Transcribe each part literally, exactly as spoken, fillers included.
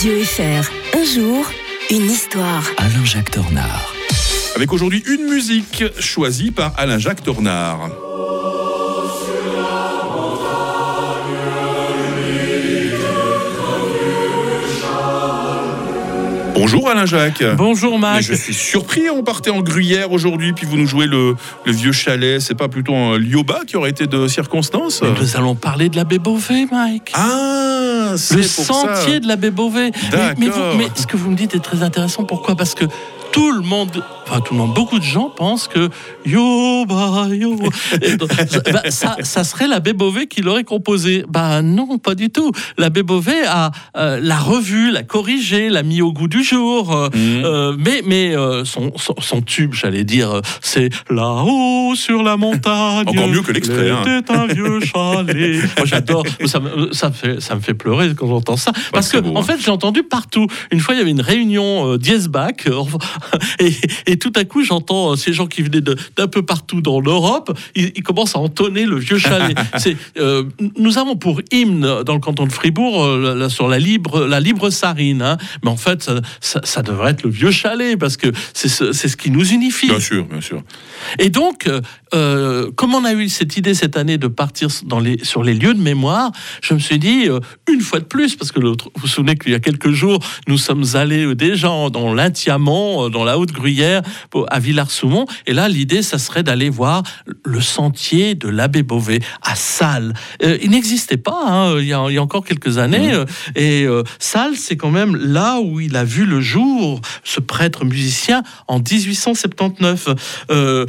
Radio F R, un jour, une histoire. Alain-Jacques Tornard. Avec aujourd'hui une musique choisie par Alain-Jacques Tornard. Bonjour Alain-Jacques. Bonjour Mac. Mais je suis surpris, on partait en Gruyère aujourd'hui, puis vous nous jouez le, le vieux chalet. C'est pas plutôt un Lioba qui aurait été de circonstance? Mais nous allons parler de l'abbé Beauvais, Mike. Ah, c'est le pour sentier ça. de l'abbé Beauvais. Mais, mais, vous, mais ce que vous me dites est très intéressant. Pourquoi? Parce que tout le monde, enfin tout le monde, beaucoup de gens pensent que Yoba, Yoba, bah, ça, ça serait l'abbé Beauvais qui l'aurait composé. Bah non, pas du tout. L'abbé Beauvais a euh, l'a revu, l'a corrigé, l'a mis au goût du jour. Euh, mmh. euh, mais mais euh, son, son, son tube, j'allais dire, c'est là-haut sur la montagne. Encore mieux que l'extrait. C'était hein. un vieux chalet. Moi j'adore. Ça me, ça me fait ça me fait pleurer quand j'entends ça. Parce que beau, en hein. fait, j'ai entendu partout. Une fois, il y avait une réunion euh, Diesbach. Euh, Et, et tout à coup, j'entends ces gens qui venaient de, d'un peu partout dans l'Europe, ils, ils commencent à entonner le vieux chalet. C'est, euh, nous avons pour hymne dans le canton de Fribourg euh, la, sur la libre, la libre sarine, hein. Mais en fait, ça, ça, ça devrait être le vieux chalet parce que c'est ce, c'est ce qui nous unifie. Bien sûr, bien sûr. Et donc, euh, comme on a eu cette idée cette année de partir dans les, sur les lieux de mémoire, je me suis dit euh, une fois de plus, parce que l'autre, vous vous souvenez qu'il y a quelques jours, nous sommes allés euh, déjà dans l'Intiamont, dans la Haute-Gruyère, à Villars-Soumont. Et là, l'idée, ça serait d'aller voir le sentier de l'abbé Beauvais à Salles. Euh, il n'existait pas hein, il, y a, il y a encore quelques années. Mmh. Et euh, Salles, c'est quand même là où il a vu le jour, ce prêtre musicien, en dix-huit cent soixante-dix-neuf. Euh,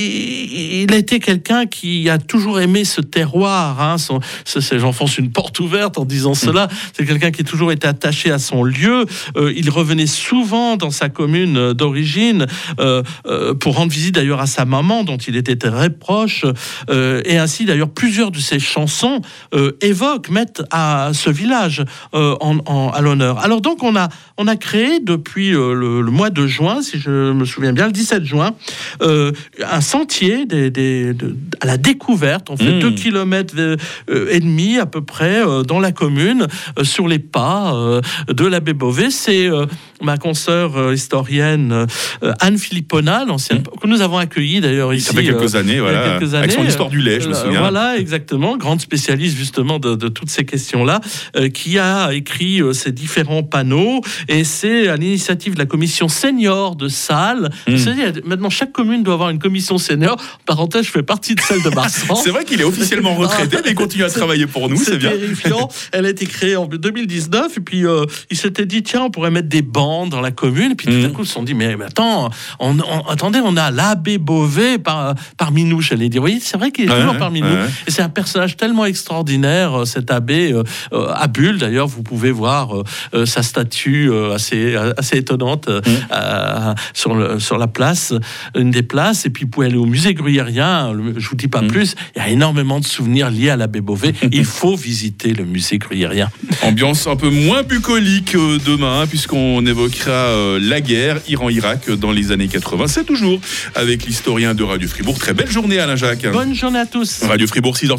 et, il a été quelqu'un qui a toujours aimé ce terroir. Hein, son, c'est, j'enfonce une porte ouverte en disant cela. C'est quelqu'un qui a toujours été attaché à son lieu. Euh, il revenait souvent dans sa commune d'origine euh, euh, pour rendre visite d'ailleurs à sa maman dont il était très proche euh, et ainsi d'ailleurs plusieurs de ses chansons euh, évoquent, mettent à ce village euh, en, en, à l'honneur. Alors donc on a, on a créé depuis euh, le, le mois de juin, si je me souviens bien, le dix-sept juin, euh, un sentier des, des, de, à la découverte. On fait mmh. deux kilomètres et demi à peu près euh, dans la commune euh, sur les pas euh, de l'abbé Beauvais. C'est euh, ma consoeur euh, historienne euh, Anne Philippona, l'ancienne, mmh. que nous avons accueillie d'ailleurs ici. Ça fait quelques années, euh, voilà, quelques années, avec son histoire du lait, je me souviens. Euh, voilà, exactement, grande spécialiste justement de, de toutes ces questions-là, euh, qui a écrit euh, ces différents panneaux, et c'est à l'initiative de la commission senior de Salles. Mmh. Vous savez, maintenant chaque commune doit avoir une commission senior. Parenthèse, je fais partie de celle de Marsan. C'est vrai qu'il est officiellement retraité, mais il continue à travailler pour nous, c'est, c'est bien. C'est terrifiant. Elle a été créée en deux mille dix-neuf, et puis euh, il s'était dit, tiens, on pourrait mettre des bandes dans la commune, et puis tout mmh. à coup, ils se sont dit, mais, mais attends, on, on, attendez, on a l'abbé Beauvais par, parmi nous, j'allais dire. Vous voyez, c'est vrai qu'il est ouais, toujours parmi ouais. nous. Et c'est un personnage tellement extraordinaire, cet abbé, euh, à Bulle, d'ailleurs, vous pouvez voir euh, sa statue euh, assez, assez étonnante mmh. euh, sur, le, sur la place, une des places, et puis vous pouvez aller au musée gruyérien, je vous dis pas mmh. plus, il y a énormément de souvenirs liés à l'abbé Beauvais. Il faut visiter le musée gruyérien. Ambiance un peu moins bucolique euh, demain, puisqu'on évoquera euh, la guerre Iran-Irak dans les années quatre-vingts. C'est toujours avec l'historien de Radio Fribourg. Très belle journée, Alain-Jacques. Bonne journée à tous. Radio Fribourg, six heures.